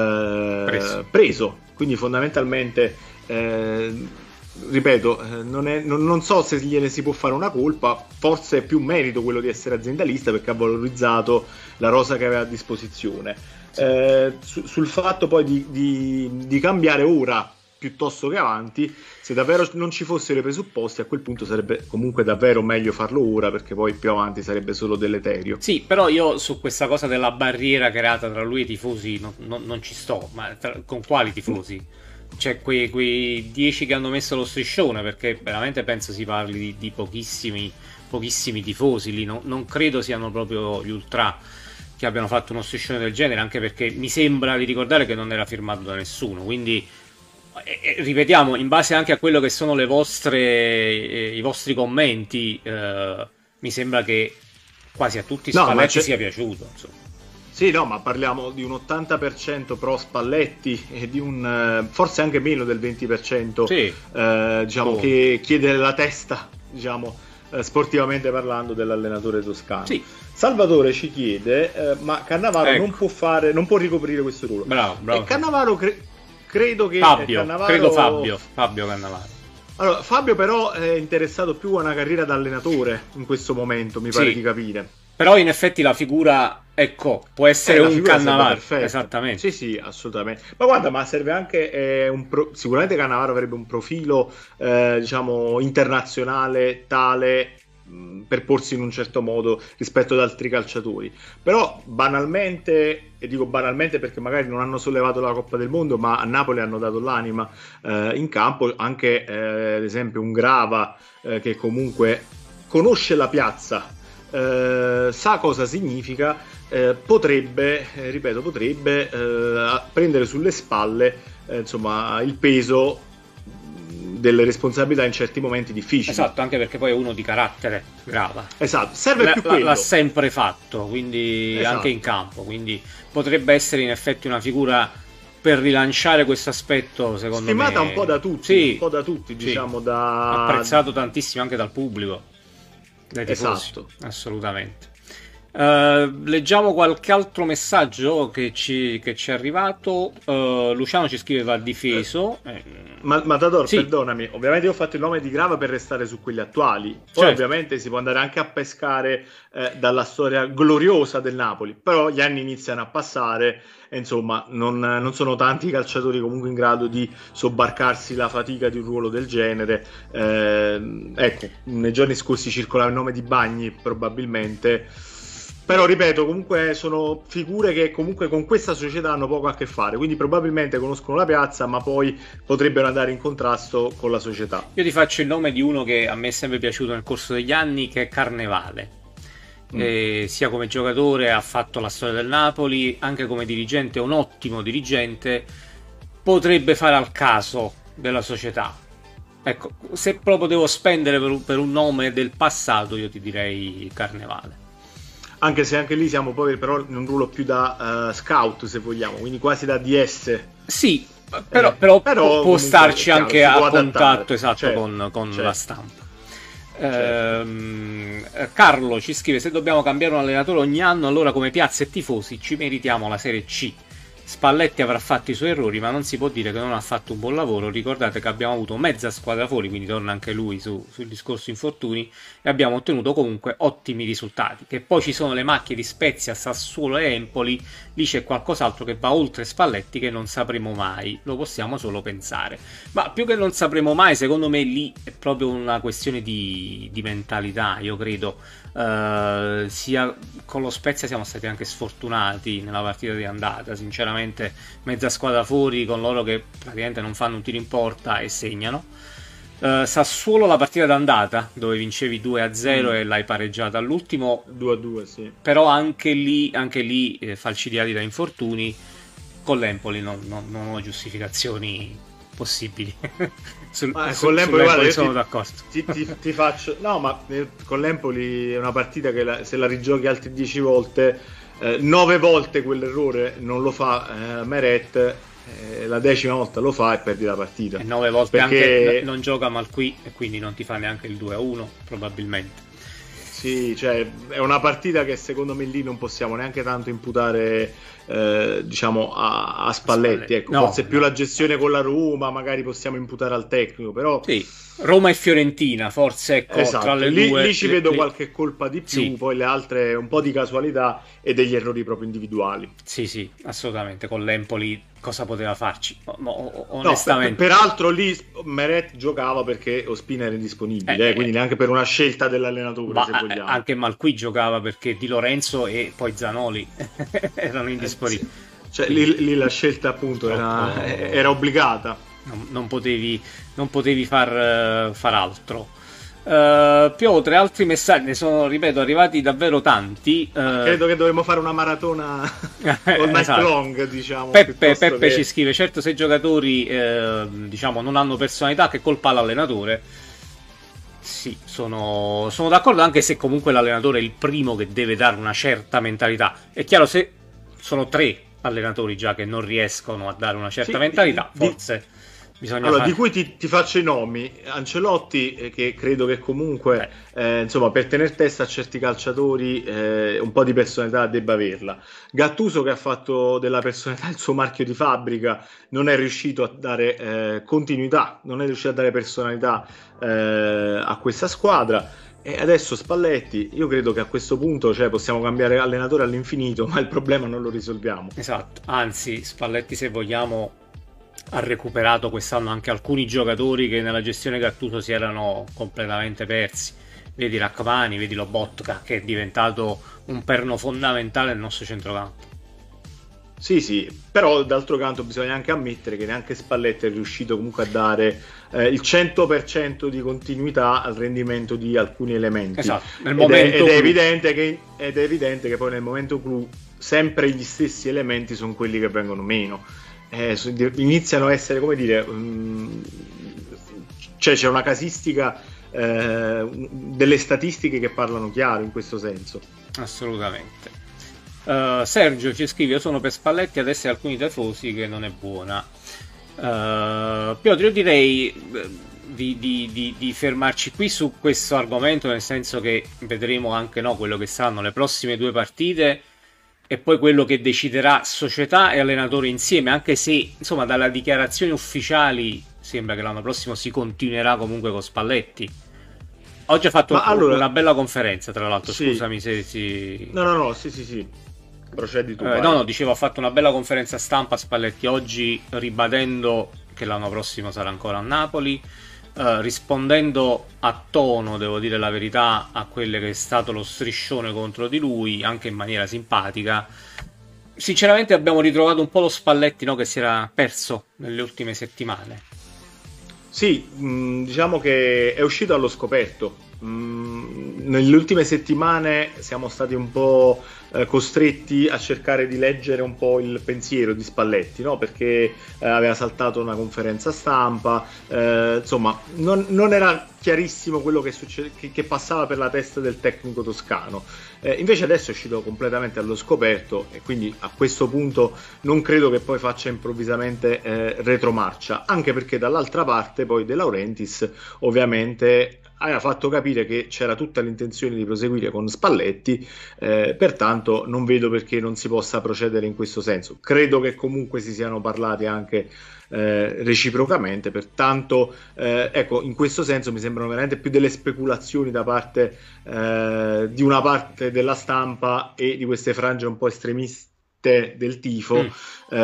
eh, Preso. preso. Quindi fondamentalmente, eh, ripeto, eh, non, è, non, non so se gliene si può fare una colpa, forse è più merito quello di essere aziendalista perché ha valorizzato la rosa che aveva a disposizione. Eh, su, sul fatto poi di, di, di cambiare ora piuttosto che avanti, se davvero non ci fossero i presupposti, a quel punto sarebbe comunque davvero meglio farlo ora, perché poi più avanti sarebbe solo deleterio. Sì, però io su questa cosa della barriera creata tra lui e i tifosi non, non- non ci sto, ma tra- con quali tifosi? Cioè quei, quei dieci che hanno messo lo striscione, perché veramente penso si parli di, di pochissimi, pochissimi tifosi lì, non, non credo siano proprio gli ultra che abbiano fatto uno striscione del genere, anche perché mi sembra di ricordare che non era firmato da nessuno, quindi eh, eh, ripetiamo, in base anche a quello che sono le vostre, eh, i vostri commenti, eh, mi sembra che quasi a tutti No, ma Spalletti c'è- sia piaciuto, insomma. Sì, no, ma parliamo di un ottanta per cento pro Spalletti e di un eh, forse anche meno del venti per cento, Sì. eh, diciamo, Oh. che chiede la testa, diciamo, eh, sportivamente parlando, dell'allenatore toscano. Sì. Salvatore ci chiede, eh, ma Cannavaro Ecco. non può fare, non può ricoprire questo ruolo. Bravo, bravo. E Cannavaro cre- credo che Fabio, Cannavaro... credo Fabio, Fabio Cannavaro. Allora, Fabio però è interessato più a una carriera da allenatore in questo momento, mi pare Sì. di capire. Però in effetti la figura, ecco, può essere Eh, la un figura sarebbe Cannavaro, perfetta. esattamente. Sì, sì, assolutamente. Ma guarda, ma serve anche eh, un pro- sicuramente Cannavaro avrebbe un profilo, eh, diciamo, internazionale tale mh, per porsi in un certo modo rispetto ad altri calciatori. Però banalmente, e dico banalmente perché magari non hanno sollevato la Coppa del Mondo, ma a Napoli hanno dato l'anima eh, in campo, anche eh, ad esempio un Grava eh, che comunque conosce la piazza, eh, sa cosa significa, eh, potrebbe, eh, ripeto, potrebbe eh, prendere sulle spalle eh, insomma il peso delle responsabilità in certi momenti difficili. Esatto, anche perché poi è uno di carattere grava. Esatto, serve L- più l- quello. l'ha sempre fatto, quindi Esatto. anche in campo, quindi potrebbe essere in effetti una figura per rilanciare questo aspetto, secondo Stimata me. un po' da tutti, Sì, un po' da tutti, sì. diciamo, da... Apprezzato tantissimo anche dal pubblico, dai tifosi, Esatto. assolutamente. Uh, leggiamo qualche altro messaggio che ci, che ci è arrivato. uh, Luciano ci scrive: va difeso. eh, Ma, Matador, sì. perdonami, ovviamente io ho fatto il nome di Grava per restare su quelli attuali. Poi Certo. ovviamente si può andare anche a pescare eh, dalla storia gloriosa del Napoli, però gli anni iniziano a passare e insomma non, non sono tanti i calciatori comunque in grado di sobbarcarsi la fatica di un ruolo del genere. Eh, ecco, nei giorni scorsi circolava il nome di Bagni probabilmente. Però ripeto, comunque sono figure che comunque con questa società hanno poco a che fare, quindi probabilmente conoscono la piazza, ma poi potrebbero andare in contrasto con la società. Io ti faccio il nome di uno che a me è sempre piaciuto nel corso degli anni, che è Carnevale. Mm. E sia come giocatore ha fatto la storia del Napoli, anche come dirigente è un ottimo dirigente, potrebbe fare al caso della società. Ecco, se proprio devo spendere per un, per un nome del passato, io ti direi Carnevale. Anche se anche lì siamo poi però in un ruolo più da uh, scout, se vogliamo, quindi quasi da D S. Sì, però, eh, però, però può starci chiaro, anche a adattare. Contatto, esatto, certo, con, con certo. la stampa. Certo. Ehm, Carlo ci scrive: se dobbiamo cambiare un allenatore ogni anno, allora come piazza e tifosi ci meritiamo la Serie C. Spalletti avrà fatto i suoi errori, ma non si può dire che non ha fatto un buon lavoro. Ricordate che abbiamo avuto mezza squadra fuori, quindi torna anche lui su, sul discorso infortuni, e abbiamo ottenuto comunque ottimi risultati. Che poi ci sono le macchie di Spezia, Sassuolo e Empoli, lì c'è qualcos'altro che va oltre Spalletti che non sapremo mai, lo possiamo solo pensare. Ma più che non sapremo mai, secondo me lì è proprio una questione di, di mentalità, io credo. Uh, sia con lo Spezia siamo stati anche sfortunati nella partita di andata, sinceramente mezza squadra fuori con loro che praticamente non fanno un tiro in porta e segnano. uh, Sassuolo la partita d'andata dove vincevi due a zero mm. e l'hai pareggiata all'ultimo due a due, sì. Però anche lì, anche lì eh, falcidiati da infortuni. Con l'Empoli non, non, non ho giustificazioni possibili. Sul, ah, su, con l'Empoli, guarda, sono ti, d'accordo. Ti, ti, ti faccio no ma eh, con l'Empoli è una partita che la, se la rigiochi altre dieci volte, eh, nove volte quell'errore non lo fa eh, Meret, eh, la decima volta lo fa e perdi la partita, e nove volte perché anche non gioca Malqui e quindi non ti fa neanche il due a uno probabilmente. Sì, cioè è una partita che secondo me lì non possiamo neanche tanto imputare eh, diciamo a, a Spalletti, Spalletti. Ecco, no, forse più no. La gestione con la Roma magari possiamo imputare al tecnico, però sì, Roma e Fiorentina forse, ecco, esatto. Tra le lì, due lì ci le, vedo le... qualche colpa di più, sì. Poi le altre un po' di casualità e degli errori proprio individuali. Sì, sì, assolutamente. Con l'Empoli cosa poteva farci? No, onestamente. No, per, peraltro lì Meret giocava perché Ospina era indisponibile, eh, eh, quindi neanche per una scelta dell'allenatore, ma se vogliamo. Anche Malqui giocava perché Di Lorenzo e poi Zanoli erano indisponibili. Eh, sì. Cioè lì, lì la scelta appunto era, no, era obbligata. Non, non potevi, non potevi far, far altro. Uh, Piotre, altri messaggi, ne sono, ripeto, arrivati davvero tanti. Uh, Credo che dovremmo fare una maratona all night esatto. long, diciamo. Peppe, Peppe che... ci scrive: certo, se i giocatori eh, diciamo non hanno personalità, che colpa l'allenatore? Sì, sono, sono d'accordo, anche se comunque l'allenatore è il primo che deve dare una certa mentalità. È chiaro, se sono tre allenatori già che non riescono a dare una certa sì, mentalità, di, forse... Di... Bisogna allora, fare... di cui ti, ti faccio i nomi. Ancelotti, eh, che credo che comunque eh, insomma, per tenere testa a certi calciatori eh, un po' di personalità debba averla. Gattuso, che ha fatto della personalità il suo marchio di fabbrica, non è riuscito a dare eh, continuità, non è riuscito a dare personalità eh, a questa squadra. E adesso Spalletti, io credo che a questo punto, cioè, possiamo cambiare allenatore all'infinito, ma il problema non lo risolviamo. Esatto, anzi Spalletti, se vogliamo, ha recuperato quest'anno anche alcuni giocatori che nella gestione Gattuso si erano completamente persi. Vedi Rachmani, vedi Lobotka, che è diventato un perno fondamentale nel nostro centrocampo. Sì, sì, però d'altro canto bisogna anche ammettere che neanche Spalletti è riuscito comunque a dare eh, il cento per cento di continuità al rendimento di alcuni elementi. Esatto, nel ed, momento è, ed, è evidente che, ed è evidente che poi nel momento clou sempre gli stessi elementi sono quelli che vengono meno. Eh, iniziano a essere, come dire, um, cioè c'è una casistica, eh, delle statistiche che parlano chiaro in questo senso. Assolutamente. uh, Sergio ci scrive: io sono per Spalletti, adesso alcuni tifosi che non è buona. uh, Piotr, io direi di, di, di, di fermarci qui su questo argomento, nel senso che vedremo anche no, quello che saranno le prossime due partite e poi quello che deciderà società e allenatori insieme, anche se insomma dalle dichiarazioni ufficiali sembra che l'anno prossimo si continuerà comunque con Spalletti. Oggi ha fatto un, allora, una bella conferenza, tra l'altro, sì. Scusami se si... No, no, no, sì, sì, sì. Procedi tu. Eh, no, no, dicevo, ha fatto una bella conferenza stampa Spalletti oggi, ribadendo che l'anno prossimo sarà ancora a Napoli, eh, rispondendo a tono, devo dire la verità, a quello che è stato lo striscione contro di lui, anche in maniera simpatica. Sinceramente abbiamo ritrovato un po' lo Spalletti, no, che si era perso nelle ultime settimane. Sì, mh, diciamo che è uscito allo scoperto. Mm, nelle ultime settimane siamo stati un po' eh, costretti a cercare di leggere un po' il pensiero di Spalletti, no? Perché eh, aveva saltato una conferenza stampa, eh, insomma non, non era chiarissimo quello che, succe- che, che passava per la testa del tecnico toscano. Eh, invece adesso è uscito completamente allo scoperto e quindi a questo punto non credo che poi faccia improvvisamente eh, retromarcia, anche perché dall'altra parte poi De Laurentiis ovviamente aveva fatto capire che c'era tutta l'intenzione di proseguire con Spalletti, eh, pertanto non vedo perché non si possa procedere in questo senso. Credo che comunque si siano parlati anche eh, reciprocamente, pertanto eh, ecco, in questo senso mi sembrano veramente più delle speculazioni da parte eh, di una parte della stampa e di queste frange un po' estremiste del tifo, mm.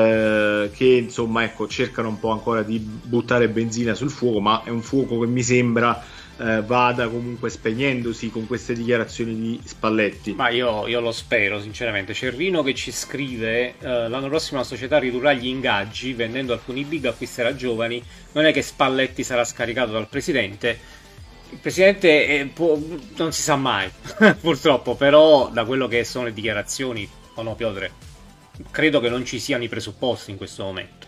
eh, che insomma ecco cercano un po' ancora di buttare benzina sul fuoco, ma è un fuoco che mi sembra Eh, vada comunque spegnendosi con queste dichiarazioni di Spalletti. Ma io, io lo spero sinceramente. C'è Rino che ci scrive eh, l'anno prossimo la società ridurrà gli ingaggi vendendo alcuni big, acquisterà giovani. Non è che Spalletti sarà scaricato dal presidente. Il presidente è, può, non si sa mai purtroppo, però da quello che sono le dichiarazioni, o no Piotre, credo che non ci siano i presupposti in questo momento.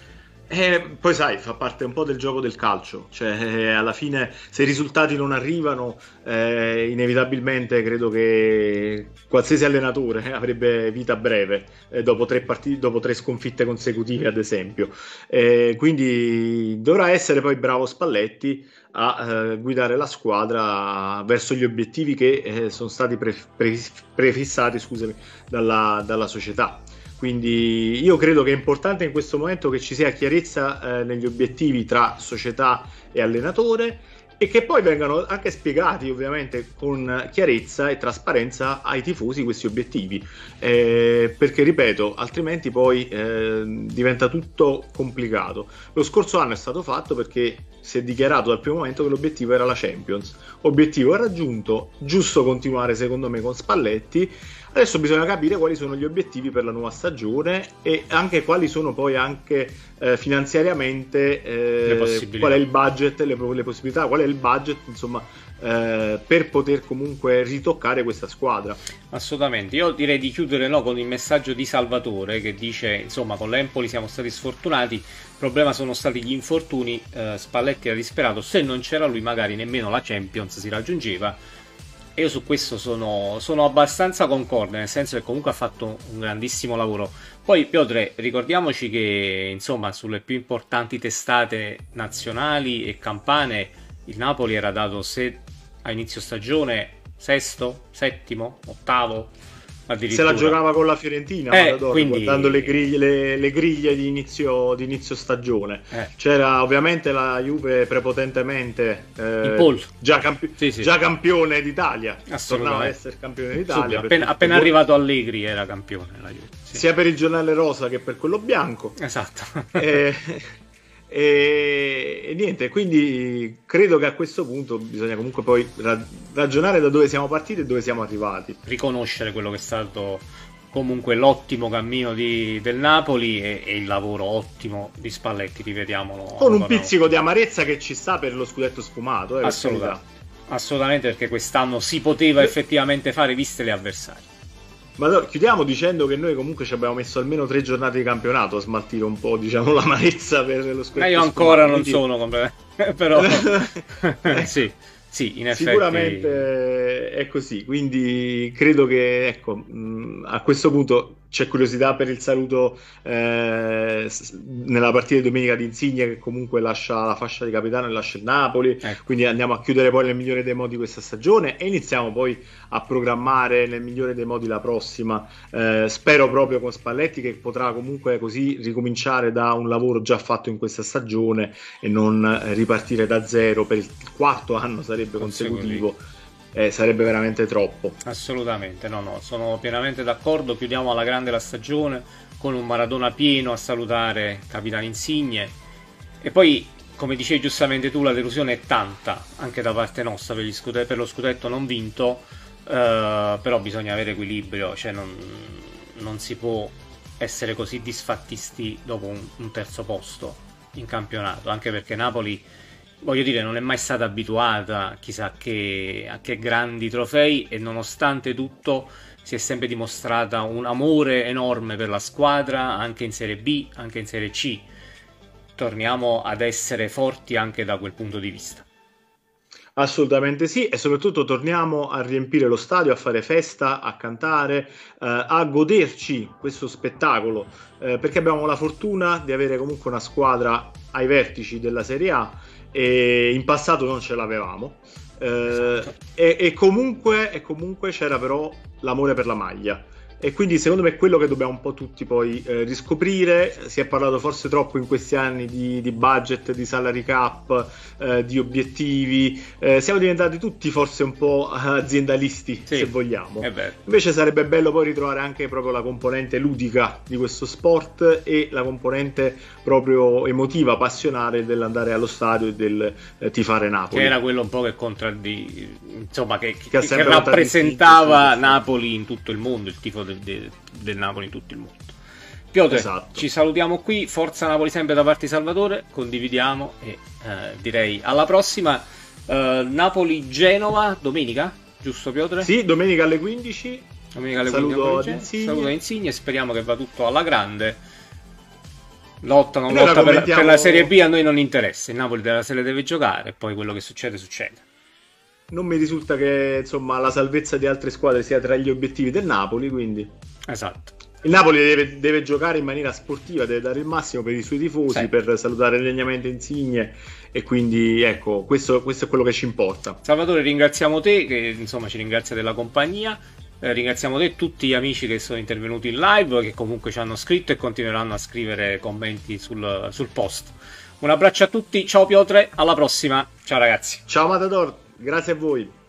Eh, poi sai, fa parte un po' del gioco del calcio, cioè eh, alla fine se i risultati non arrivano eh, inevitabilmente credo che qualsiasi allenatore avrebbe vita breve eh, dopo tre partite, dopo tre sconfitte consecutive ad esempio, eh, quindi dovrà essere poi bravo Spalletti a eh, guidare la squadra verso gli obiettivi che eh, sono stati pre- pre- prefissati scusami, dalla, dalla società. Quindi io credo che è importante in questo momento che ci sia chiarezza eh, negli obiettivi tra società e allenatore e che poi vengano anche spiegati ovviamente con chiarezza e trasparenza ai tifosi questi obiettivi, eh, perché ripeto, altrimenti poi eh, diventa tutto complicato. Lo scorso anno è stato fatto perché si è dichiarato dal primo momento che l'obiettivo era la Champions, obiettivo raggiunto, giusto continuare secondo me con Spalletti. Adesso bisogna capire quali sono gli obiettivi per la nuova stagione e anche quali sono poi anche eh, finanziariamente eh, qual è il budget, le, le possibilità, qual è il budget insomma eh, per poter comunque ritoccare questa squadra. Assolutamente, io direi di chiudere no, con il messaggio di Salvatore che dice insomma con l'Empoli siamo stati sfortunati, il problema sono stati gli infortuni, eh, Spalletti era disperato, se non c'era lui magari nemmeno la Champions si raggiungeva. E io su questo sono, sono abbastanza concorde, nel senso che comunque ha fatto un grandissimo lavoro. Poi Piotre, ricordiamoci che insomma sulle più importanti testate nazionali e campane il Napoli era dato se a inizio stagione sesto, settimo, ottavo, addirittura. Se la giocava con la Fiorentina, eh, Matador, quindi... guardando le griglie, le, le griglie di, inizio, di inizio stagione. Eh. C'era ovviamente la Juve prepotentemente eh, già, campi- sì, sì. già campione d'Italia, tornava a essere campione d'Italia. Appena, appena arrivato Allegri era campione la Juve. Sì. Sia per il giornale rosa che per quello bianco. Esatto. eh, E, e niente, quindi credo che a questo punto bisogna comunque poi ra- ragionare da dove siamo partiti e dove siamo arrivati, riconoscere quello che è stato comunque l'ottimo cammino di, del Napoli e, e il lavoro ottimo di Spalletti, rivediamolo con un pizzico di amarezza che ci sta per lo scudetto sfumato, eh, assolutamente, assolutamente, perché quest'anno si poteva effettivamente fare viste le avversarie. Ma no, chiudiamo dicendo che noi comunque ci abbiamo messo almeno tre giornate di campionato a smaltire un po', diciamo, l'amarezza per lo scudetto. Ma io ancora non sono completamente, però sì, sì, in effetti sicuramente è così, quindi credo che ecco, mh, a questo punto c'è curiosità per il saluto eh, nella partita di domenica di Insigne, che comunque lascia la fascia di capitano e lascia il Napoli, Ecco. quindi andiamo a chiudere poi nel migliore dei modi questa stagione e iniziamo poi a programmare nel migliore dei modi la prossima, eh, spero proprio con Spalletti, che potrà comunque così ricominciare da un lavoro già fatto in questa stagione e non ripartire da zero per il quarto anno sarebbe consecutivo. Eh, sarebbe veramente troppo. Assolutamente, no, no, sono pienamente d'accordo. Chiudiamo alla grande la stagione con un Maradona pieno a salutare capitano Insigne. E poi, come dicevi giustamente tu, la delusione è tanta anche da parte nostra per, gli scudetto, per lo scudetto non vinto, eh, però bisogna avere equilibrio, cioè non, non si può essere così disfattisti dopo un, un terzo posto in campionato, anche perché Napoli, voglio dire, non è mai stata abituata chissà che, a che grandi trofei e nonostante tutto si è sempre dimostrata un amore enorme per la squadra, anche in Serie B, anche in Serie C. Torniamo ad essere forti anche da quel punto di vista. Assolutamente sì, e soprattutto torniamo a riempire lo stadio, a fare festa, a cantare, eh, a goderci questo spettacolo, eh, perché abbiamo la fortuna di avere comunque una squadra ai vertici della Serie A e in passato non ce l'avevamo. Eh, Esatto. e, e comunque, e comunque c'era però l'amore per la maglia. E quindi secondo me è quello che dobbiamo un po' tutti poi eh, riscoprire. Si è parlato forse troppo in questi anni di, di budget, di salary cap, eh, di obiettivi. Eh, siamo diventati tutti forse un po' aziendalisti, Sì, se vogliamo. è vero. Invece sarebbe bello poi ritrovare anche proprio la componente ludica di questo sport e la componente proprio emotiva, passionale dell'andare allo stadio e del eh, tifare Napoli. Che era quello un po' che contraddi... insomma, che, che, Che ha che sempre rappresentava contraddistinto, sì, Napoli in tutto il mondo, il tifo del, del, del Napoli in tutto il mondo. Piotr, Esatto. ci salutiamo qui, forza Napoli sempre da parte di Salvatore, condividiamo e eh, direi alla prossima. Eh, Napoli-Genova, domenica, giusto Piotr? Sì, domenica alle quindici. Domenica alle Saluto quindici, ad Insigne. saluto a Insigne, speriamo che va tutto alla grande. Lotta non Noi la lotta per, commentiamo- per la Serie B a noi non interessa, il Napoli della- se le deve giocare, poi quello che succede succede. Non mi risulta che insomma la salvezza di altre squadre sia tra gli obiettivi del Napoli, quindi Esatto. il Napoli deve, deve giocare in maniera sportiva, deve dare il massimo per i suoi tifosi, Sì. per salutare degnamente Insigne e quindi ecco, questo, questo è quello che ci importa. Salvatore, ringraziamo te che insomma ci ringrazia della compagnia, eh, ringraziamo te e tutti gli amici che sono intervenuti in live, che comunque ci hanno scritto e continueranno a scrivere commenti sul, sul post. Un abbraccio a tutti, ciao Piotre, alla prossima, ciao ragazzi. Ciao Matador, grazie a voi.